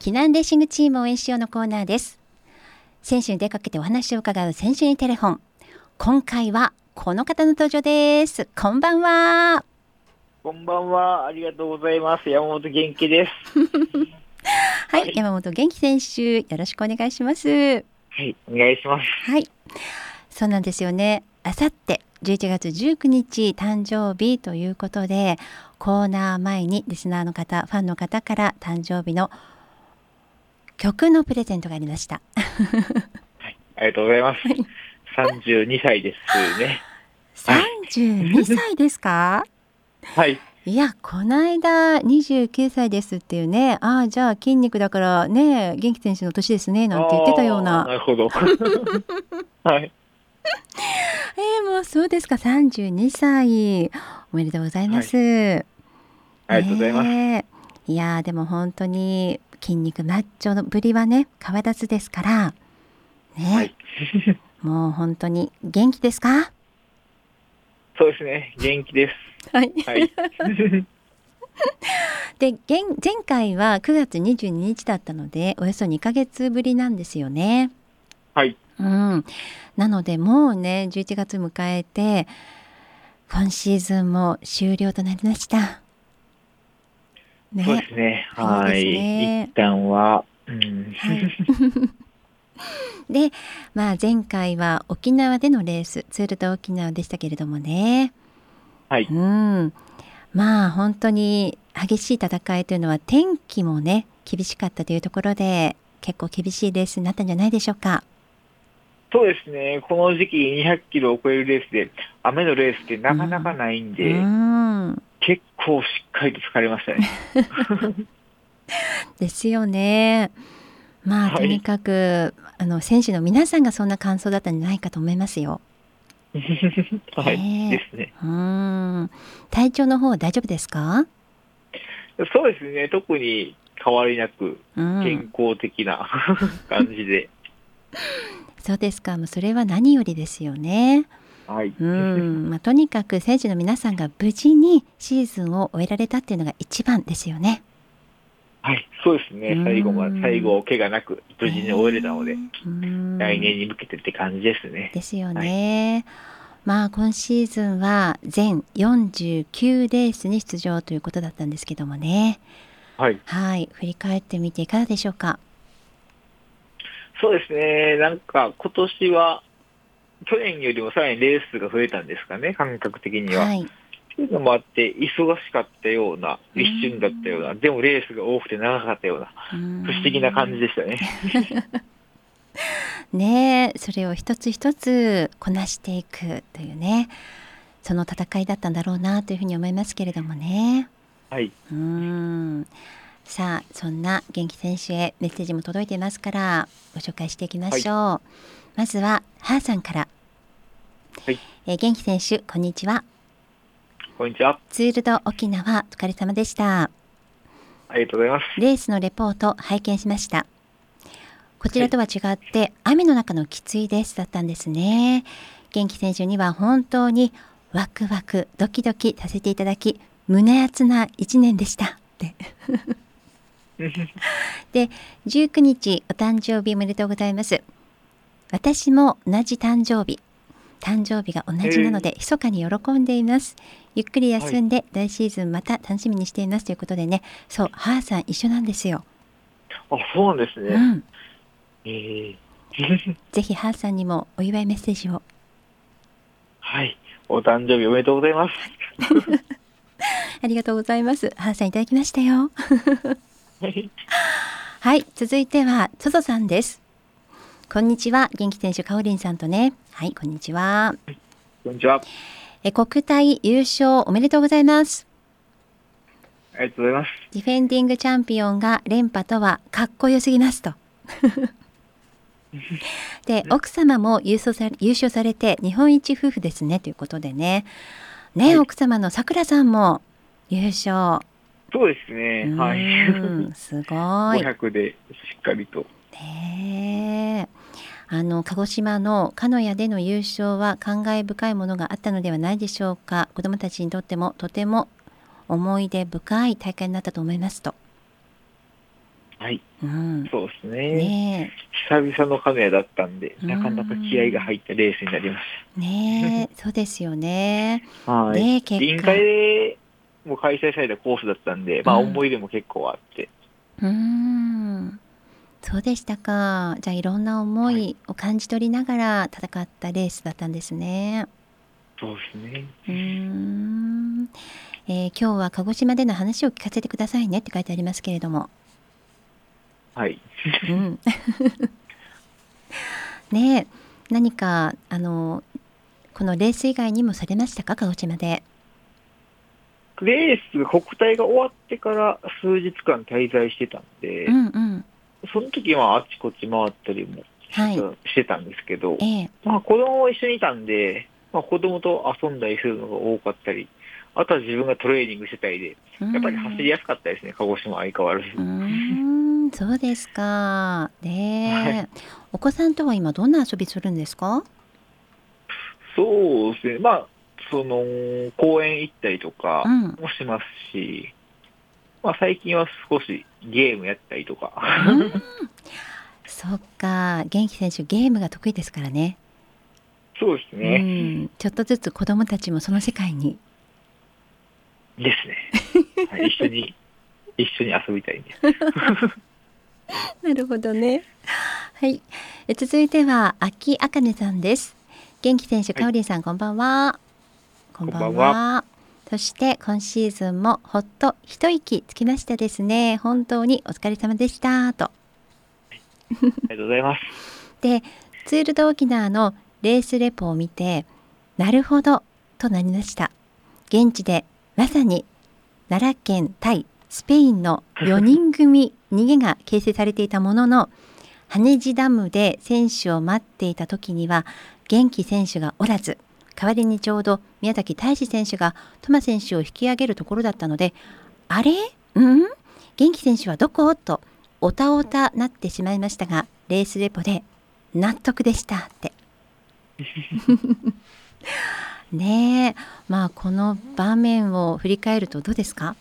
避難レーシングチーム応援しようのコーナーです。選手に出かけてお話を伺う選手にテレフォン。今回はこの方の登場です。こんばんは。 こんばんは。ありがとうございます。山本元気です。 はい、山本元気選手、よろしくお願いします。はい、お願いします。 はい、そうなんですよね。あさって11月19日誕生日ということで、コーナー前にリスナーの方、ファンの方から誕生日の曲のプレゼントがありました。 はい、ありがとうございます。32歳ですね。 32歳ですか？ はい。 いや、この間29歳ですっていうね、じゃあ筋肉だからね、元気選手の年ですねなんて言ってたような。 なるほど。はい。 もうそうですか、32歳。おめでとうございます。はい、 ありがとうございます。 いやでも本当に筋肉マッチョのぶりはね、変わらずですからね。はい、もう本当に元気ですか？ そうですね、元気です。はい。はい、 で、前回は9月22日だったので、およそ2ヶ月ぶりなんですよね。 はい。 なのでもうね、11月迎えて、今シーズンも終了となりました。 ね、そうですね。はい。一旦は。 で、前回は沖縄でのレース、ツールド沖縄でしたけれどもね。 はい。 本当に激しい戦いというのは天気もね、厳しかったというところで、結構厳しいレースになったんじゃないでしょうか。 そうですね。この時期200キロを超えるレースで、雨のレースってなかなかないんで、結構しっかりと疲れましたね。 ですよね。とにかく選手の皆さんがそんな感想だったんじゃないかと思いますよ。 はい、ですね。 体調の方は大丈夫ですか？ そうですね。特に変わりなく健康的な感じで。 そうですか。それは何よりですよね。 はい。 とにかく選手の皆さんが無事にシーズンを終えられたっていうのが一番ですよね。 はい、そうですね。最後怪我なく無事に終えれたので、来年に向けてって感じですね。 ですよね。今シーズンは全49レースに出場ということだったんですけどもね。 はい。 はい。振り返ってみていかがでしょうか。 そうですね。なんか今年は去年よりもさらにレースが増えたんですかね、感覚的には。はい。というのもあって忙しかったような、一瞬だったような、でもレースが多くて長かったような、不思議な感じでしたね。 ねえ、それを一つ一つこなしていくというね、その戦いだったんだろうなというふうに思いますけれどもね。 はい。 さあ、そんな元気選手へメッセージも届いていますからご紹介していきましょう。はい、まずはハーさんから。はい。元気選手、こんにちは。 こんにちは。 ツールド沖縄、お疲れ様でした。 ありがとうございます。 レースのレポート拝見しました。こちらとは違って、はい、雨の中のきついレースだったんですね。元気選手には本当にワクワクドキドキさせていただき、胸熱な1年でしたってで、19日お誕生日おめでとうございます。私も同じ誕生日が同じなので密かに喜んでいます。ゆっくり休んで来シーズンまた楽しみにしていますということでね。そう、ハーさん一緒なんですよ。 あ、そうなんですね。 ぜひハーさんにもお祝いメッセージを。 はい、お誕生日おめでとうございます。 ありがとうございます。ハーさんいただきましたよ。はい、続いてはトゾさんです。こんにちは、元気選手かおりんさんとね。はい、こんにちは。 こんにちは。 国体優勝おめでとうございます。 ありがとうございます。 ディフェンディングチャンピオンが連覇とはかっこよすぎますと。で、奥様も優勝されて日本一夫婦ですねということでね。はい、奥様のさくらさんも優勝。 そうですね。はい。 すごい。 500でしっかりと。 ねえ。鹿児島の鹿屋での優勝は感慨深いものがあったのではないでしょうか。子どもたちにとってもとても思い出深い大会になったと思いますと。 はい、 うん、 そうですね。 ね久々のカメラだったんで、 え、うなかなか気合が入ったレースになりましねえ、そうですよね。 た。はい。 で、結臨海果、 でもう開催されたコースだったんで、まあ思い出も結構あって。 うん、そうでしたか。じゃあいろんな思はい。 いを感じ取りながら戦ったレースだったんですね。 そうですね。 うーん、今日は鹿児島での話を聞かせてくださいねって書いてありますけれども。 はい。 うん。ねえ、何かこのレース以外にもされましたか、鹿児島で。 レース、国体が終わってから数日間滞在してたんうで、 んうん。 その時はあちこち回ったりもはい。 してたんですけど、 ええ。 まあ子供も一緒にいたんで、まあ子供と遊んだりするのが多かったり、あとは自分がトレーニングしてたりで、 うやっぱり走りん。 やすかったですね、鹿児島は相変わらず。 うーん、そうですか。 はい。 ねえ。お子さんとは今どんな遊びするんですか？ そうですね。まあ、公園行ったりとかうん。 もしますし、まあ最近は少しゲームやったりとか。 うん、そっか。元気選手ゲームが得意ですからね。 そうですうね。 ん、ちょっとずつ子供たちもその世界に。 ですね。はい、一緒に遊びたいんです。 なるほどね。はい。続いては秋あかねさんです。元気選手、 はい、 かおりんさん、こんばんは。こんこんばんばんは。 は。そして今シーズンもほっと一息つきましたですね。本当にお疲れ様でしたと。 ありがとうございます。 で、ツール・ド・沖縄のレースレポを見て、なるほどとなりました。現地でまさに奈良県対スペインの4人組逃げが形成されていたものの、羽地ダムで選手を待っていた時には元気選手がおらず、代わりにちょうど宮崎大志選手がトマ選手を引き上げるところだったので、あれ、元気選手はどことおたおたなってしまいましたが、レースレポで納得でしたってねえ。まあこの場面を振り返るとどうですか？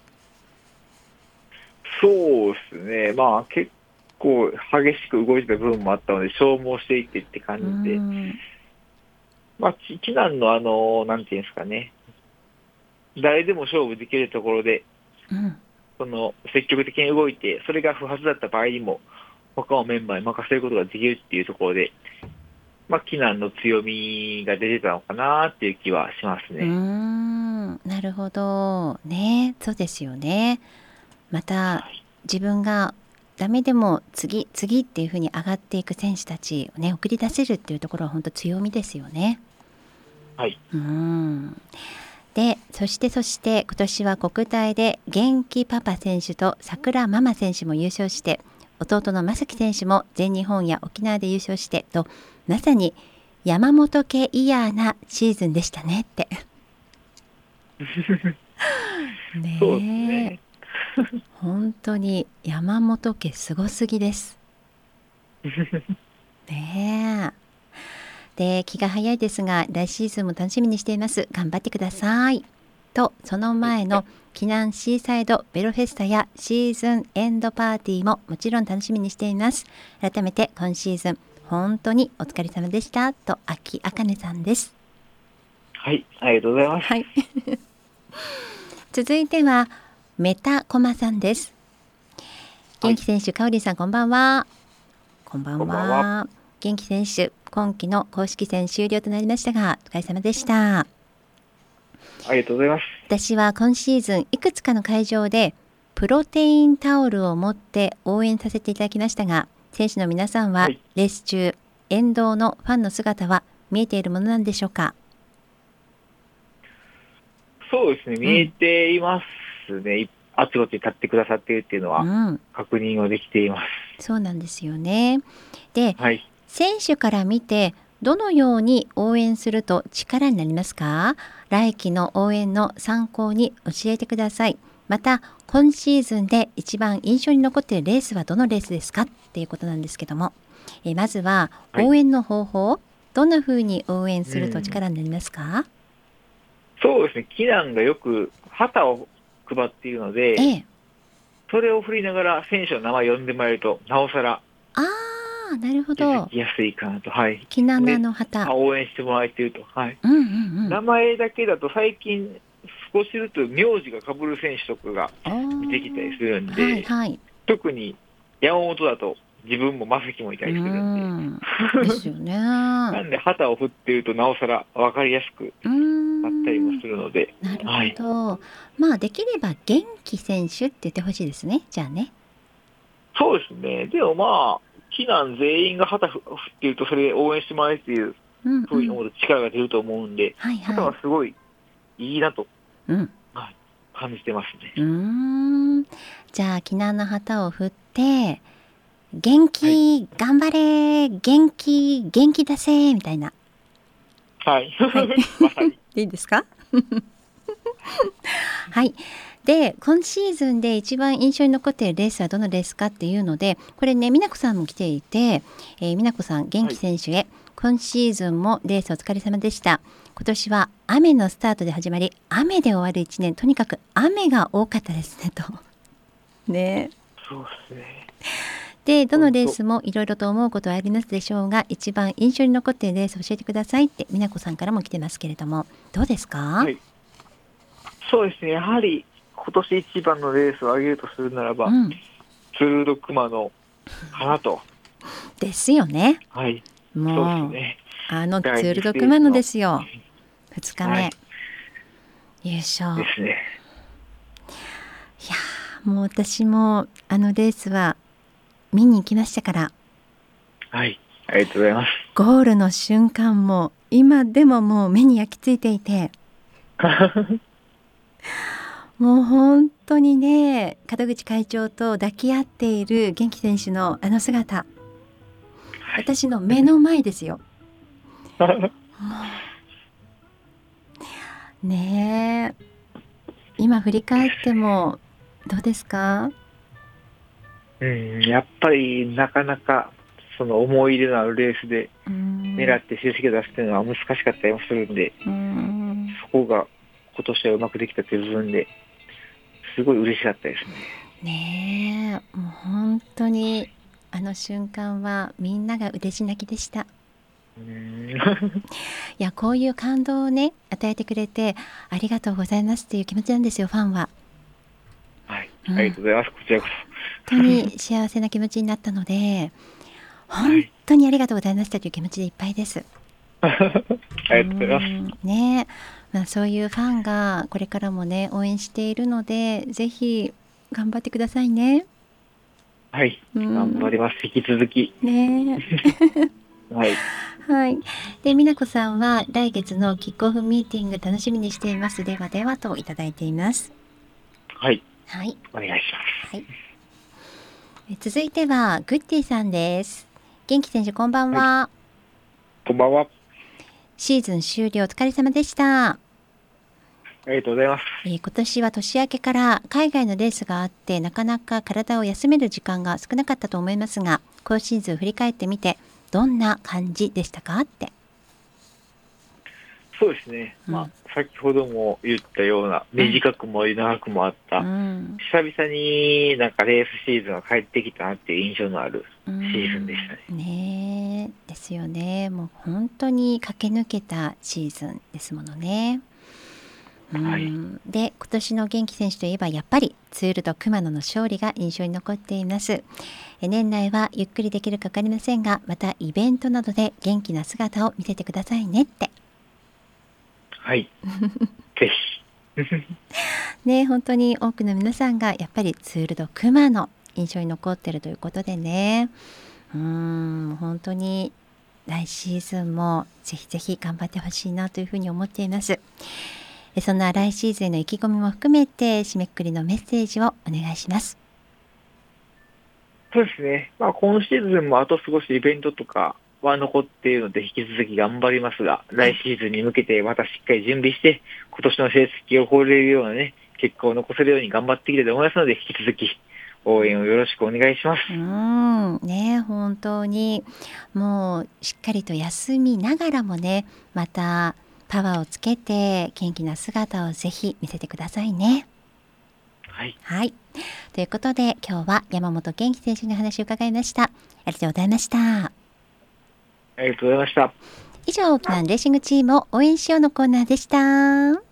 そうですね。まあ結構激しく動いてた部分もあったので、消耗していってってうー感じで、 ん、 まあ、避難のなんていうんですかね、誰でも勝負できるところで、 うん、 積極的に動いて、それが不発だった場合にも、他のメンバーに任せることができるっていうところで、まあ、避難の強みが出てたのかなっていう気はしますね。 なるほどね。そうですよね。またはい。 自分がダメでも次次っていう風に上がっていく選手たちをね送り出せるっていうところは本当強みですよね。 はい。 うーん。で、そして今年は国体で元気パパ選手と桜ママ選手も優勝して、弟の正樹選手も全日本や沖縄で優勝してと、まさに山本家イヤーなシーズンでしたねってそうですねえ、 ね。 本当に山本家すごすぎですねえ。で、気が早いですが来シーズンも楽しみにしています。頑張ってくださいと。そのはい。 前の避難シーサイドベロフェスタやシーズンエンドパーティーももちろん楽しみにしています。改めて今シーズン本当にお疲れ様でしたと秋あかねさんです。 はい。ありがとうございます。 はい。続いてはメタコマさんです。 はい。 元気選手、かおりんさん、こんばんは。こんばんこんばんは。 は。元気選手、今季の公式戦終了となりましたが、お疲れ様でした。 ありがとうございます。 私は今シーズンいくつかの会場でプロテインタオルを持って応援させていただきましたが、選手の皆さんははい。 レース中、沿道のファンの姿は見えているものなんでしょうか？ そうですね。見えうん、 ていますね。あちこちに立ってくださっているっていうのはうん、 確認をできています。 そうなんですよね。で、 はい。 選手から見てどのように応援すると力になりますか？来季の応援の参考に教えてください。また今シーズンで一番印象に残っているレースはどのレースですかっていうことなんですけども、まずははい。 応援の方法、どんな風に応援するとうん。 力になりますか？ そうですね。キランがよく旗を配っているので、 ええ、 それを振りながら選手の名前を呼んでもらえると、なおさらああ、なるほ出てど。 きやすいかなと。はい。 キナナの旗。 応援してもらえていると。はい。 うんうんうん。 名前だけだと最近少しずつ名字が被る選手とかが出てきたりするんで、 はいはい。 特に山本だと自分も正樹もいたりするんで。ですよね。 なんで旗を振っているとなおさら分かりやすくなったりもするので。 なるほど。はい、まあできれば元気選手って言ってほしいですね。じゃあね。 そうですね。でもまあ、避難全員が旗振っているとそれで応援してもらえるっていうふうに思うと力が出ると思うんで、旗はすごいいいなと、はい、感じてますね。 じゃあ避難の旗を振って元気、頑張れ、元気出せみたいな。 はい。まさに。 いいですか？はい。で今シーズンで一番印象に残っているレースはどのレースかっていうので、これね、美奈子さんも来ていて、美奈子さん元気選手へ、今シーズンもレースお疲れ様でした。今年は雨のスタートで始まり、雨で終わる1年、とにかく雨が多かったですねと。ね。 そうですね。 でどのレースもいろいろと思うことはありますでしょうが、一番印象に残っているレースを教えてくださいって美奈子さんからも来てますけれども、どうですか？ はい、そうですね。やはり今年一番のレースを挙げるとするならば、ツール・ド・クマノかなと。 ですよね。 はい。 もうそうですね。 ツール・ド・クマノですよ。2日目、はい、優勝ですね。 いやもう私もレースは見に行きましたから。 はい、ありがとうございます。 ゴールの瞬間も今でももう目に焼き付いていてもう本当にね、門口会長と抱き合っている元気選手のあの姿、私の目の前ですよねえ、今振り返ってもどうですか？ やっぱりなかなかその思い入れのあるレースで狙って成績を出すというのは難しかったりもするんで、そこが今年はうまくできたという部分ですごい嬉しかったですね。 ねえ、もう本当にあの瞬間はみんなが嬉し泣きでした。いや、こういう感動をね与えてくれてありがとうございますっていう気持ちなんですよ、ファンは。 はい、ありがとうございます。こちらこそ本当に幸せな気持ちになったので本当にありがとうございましたという気持ちでいっぱいです。 ありがとうございます。 ね、そういうファンがこれからもね応援しているので、ぜひ頑張ってくださいね。 はい、頑張ります。引き続き。 ね。 はい。 はい。で、美奈子さんは来月のキックオフミーティング楽しみにしています。ではではといただいています。 はい。 はい。 お願いします。 はい。続いてはグッディさんです。元気選手、こんばんは。 はい、こんばんは。 シーズン終了お疲れ様でした。 ありがとうございます。 今年は年明けから海外のレースがあってなかなか体を休める時間が少なかったと思いますが、今シーズン振り返ってみてどんな感じでしたかって。 そうですね、先ほども言ったような短くも長くもあった、久々になんかレースシーズンが帰ってきたなっていう印象のあるシーズンでしたね。 ねえ、ですよね。もう本当に駆け抜けたシーズンですものね。 はい、 で今年の元気選手といえばやっぱりツールと熊野の勝利が印象に残っています。年内はゆっくりできるか分かりませんが、またイベントなどで元気な姿を見せてくださいねって。 はいぜひね、本当に多くの皆さんがやっぱりツールと熊野印象に残っているということでね、本当に来シーズンもぜひぜひ頑張ってほしいなというふうに思っています。そんな来シーズンへの意気込みも含めて締めくくりのメッセージをお願いします。 そうですね、今シーズンもあと少しイベントとかは残っているので引き続き頑張りますが、来シーズンに向けてまたしっかり準備して今年の成績を誇れるようなね結果を残せるように頑張っていきたいと思いますので、引き続き応援をよろしくお願いします。 ね、本当にもうしっかりと休みながらもね、またパワーをつけて元気な姿をぜひ見せてくださいね。 はい。 はい。ということで、今日は山本元気選手に話を伺いました。ありがとうございました。 ありがとうございました。 以上、沖縄レーシングチームを応援しようのコーナーでした。